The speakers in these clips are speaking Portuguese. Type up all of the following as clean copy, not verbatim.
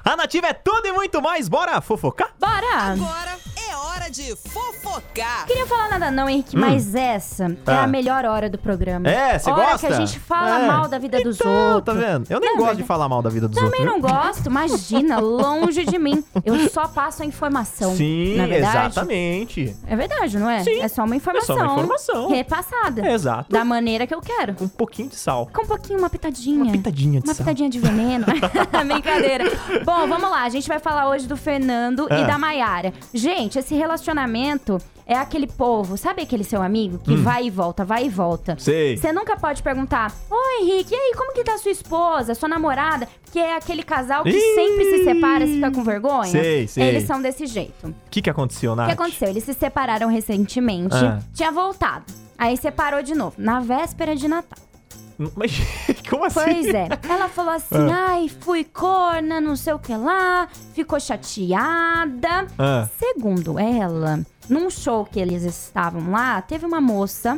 A Nativa é tudo e muito mais. Bora fofocar? Bora! Agora é hora de fofocar. Queria falar nada não, Henrique, mas essa é a melhor hora do programa. É, você hora gosta? que a gente fala mal da vida dos Então, outros. tá vendo? Eu nem gosto de falar mal da vida dos outros. Também não gosto, imagina, longe de mim. Eu só passo a informação. Sim, não é verdade? Exatamente. É verdade, não é? Sim, É só uma informação. é só uma informação. Repassada. Exato. Da maneira que eu quero. Com um pouquinho de sal. Com um pouquinho, uma pitadinha. Uma pitadinha de Uma sal. pitadinha de veneno. Brincadeira. Bom, vamos lá. A gente vai falar hoje do Fernando e da Maiara. Gente, esse relacionamento é aquele povo, sabe aquele seu amigo que vai e volta, vai e volta? Sei. Você nunca pode perguntar, ô Henrique, e aí, como que tá sua esposa, sua namorada? Que é aquele casal que sempre se separa e fica com vergonha. Sei. Eles são desse jeito. O que aconteceu, Nath? O que aconteceu? Eles se separaram recentemente, tinha voltado. Aí separou de novo, na véspera de Natal. Mas como assim? Pois é. Ela falou assim, ai, fui corna, não sei o que lá, ficou chateada. Segundo ela, num show que eles estavam lá, teve uma moça,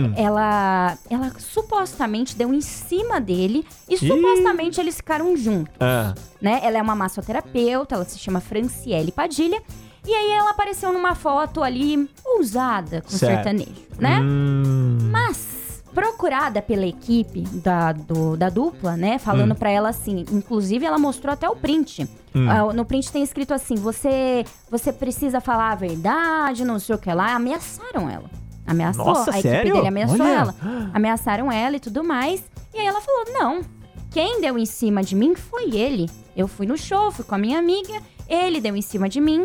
ela supostamente deu em cima dele e supostamente eles ficaram juntos, né? Ela é uma massoterapeuta, ela se chama Franciele Padilha. E aí ela apareceu numa foto ali, ousada, com sertanejo, né? Mas procurada pela equipe da dupla, né? Falando pra ela assim, inclusive ela mostrou até o print. No print tem escrito assim, você precisa falar a verdade, não sei o que lá. Ameaçaram ela. Ameaçou. Nossa, a equipe sério? dele ameaçou Olha. ela. Ameaçaram ela e tudo mais. E aí ela falou, não, quem deu em cima de mim foi ele. Eu fui no show, fui com a minha amiga, ele deu em cima de mim.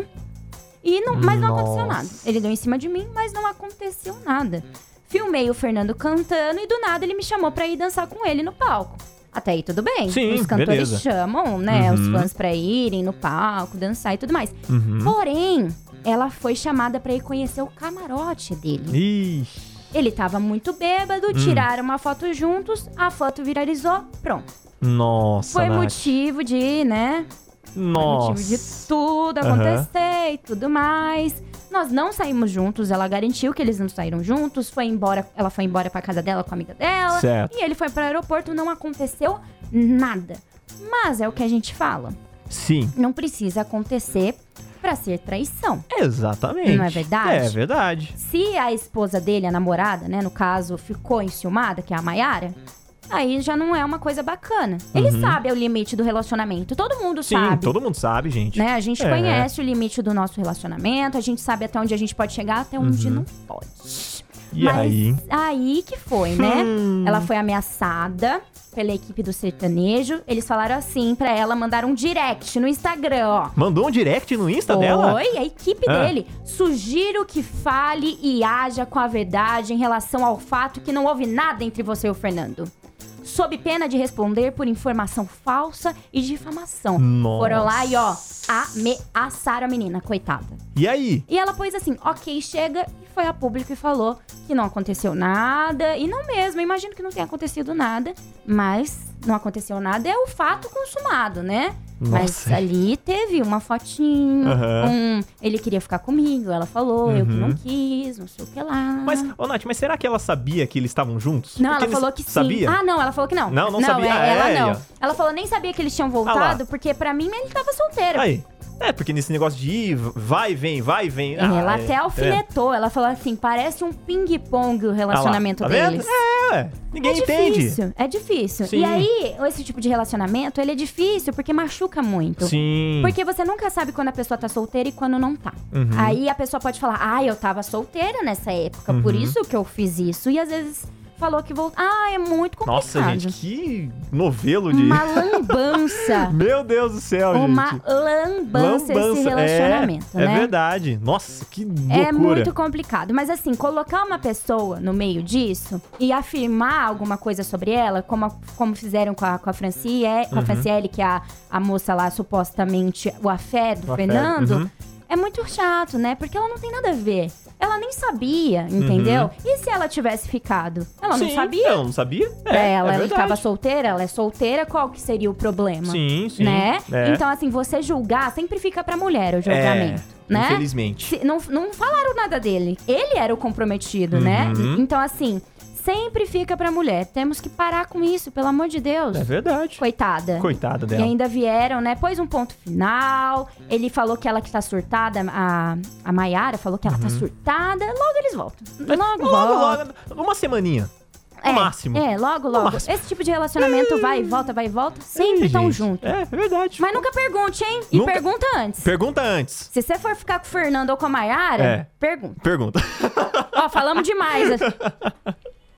Mas não aconteceu nada. Ele deu em cima de mim, mas não aconteceu nada. Filmei o Fernando cantando e do nada ele me chamou pra ir dançar com ele no palco. Até aí tudo bem. Sim, os cantores beleza. chamam, né, os fãs pra irem no palco, dançar e tudo mais. Porém, ela foi chamada pra ir conhecer o camarote dele. Ixi. Ele tava muito bêbado, tiraram uma foto juntos, a foto viralizou, pronto. Nossa, Foi Nath. motivo de, né... Nossa. Motivo de tudo acontecer e tudo mais. Nós não saímos juntos, ela garantiu que eles não saíram juntos. Ela foi embora pra casa dela com a amiga dela. Certo. E ele foi pro aeroporto, não aconteceu nada. Mas é o que a gente fala. Sim. Não precisa acontecer pra ser traição. Exatamente. Não é verdade? É verdade. Se a esposa dele, a namorada, né, no caso, ficou enciumada, que é a Maiara, aí já não é uma coisa bacana. Ele sabe o limite do relacionamento. Todo mundo Sim, sabe. todo mundo sabe, gente. Né? A gente conhece o limite do nosso relacionamento, a gente sabe até onde a gente pode chegar, até onde não pode. E Mas aí? que foi, né? Ela foi ameaçada pela equipe do sertanejo. Eles falaram assim pra ela, mandaram um direct no Instagram, ó. Mandou um direct no Insta dela? Foi, a equipe dele. Sugiro que fale e haja com a verdade em relação ao fato que não houve nada entre você e o Fernando. Sob pena de responder por informação falsa e difamação. Nossa. Foram lá e, ó, ameaçaram a menina, coitada. E aí? E ela pôs assim, ok, chega, e foi a público e falou que não aconteceu nada. E não mesmo, eu imagino que não tenha acontecido nada, mas não aconteceu nada, é o fato consumado, né? Nossa. Mas ali teve uma fotinho, ele queria ficar comigo, ela falou, eu que não quis, não sei o que lá. Mas, ô Nath, mas será que ela sabia que eles estavam juntos? Não, Porque ela falou que sim. Sabia? Ah, não, ela falou que não. Não sabia. Ela não. ó. Ela falou, nem sabia que eles tinham voltado, porque pra mim ele tava solteiro. Aí. É, porque nesse negócio de ir, vai e vem. Ela até alfinetou, ela falou assim, parece um ping-pong o relacionamento tá vendo? deles. Ninguém entende. É difícil. Sim. E aí, esse tipo de relacionamento, ele é difícil porque machuca muito. Sim. Porque você nunca sabe quando a pessoa tá solteira e quando não tá. Aí a pessoa pode falar, eu tava solteira nessa época, por isso que eu fiz isso. E às vezes falou que voltou. É muito complicado. Nossa, gente, que novelo de... Uma lambança. Meu Deus do céu, Uma gente. lambança esse relacionamento, né? É verdade. Nossa, que loucura. É muito complicado. Mas assim, colocar uma pessoa no meio disso e afirmar alguma coisa sobre ela, como fizeram com a Franciele, que é a moça lá, supostamente, o afé do Fernando, é muito chato, né? Porque ela não tem nada a ver. Ela nem sabia, entendeu? E se ela tivesse ficado? Ela não sabia. Ela não sabia? Ela verdade. estava solteira, ela é solteira, qual que seria o problema? Sim. Né? É. Então, assim, você julgar sempre fica pra mulher o julgamento, né? Infelizmente. Não falaram nada dele. Ele era o comprometido, né? Então, assim, sempre fica pra mulher. Temos que parar com isso, pelo amor de Deus. É verdade. Coitada. Coitada E dela. ainda vieram, né? Pôs um ponto final. Ele falou que ela que tá surtada. A Maiara falou que ela tá surtada. Logo eles voltam. Logo voltam. Logo, uma semaninha. No máximo. Logo. máximo. Esse tipo de relacionamento vai e volta. Sempre estão gente. juntos. É verdade. Mas nunca pergunte, hein? E Nunca- pergunta antes. Pergunta antes. Se você for ficar com o Fernando ou com a Maiara, pergunta. Pergunta. Ó, falamos demais.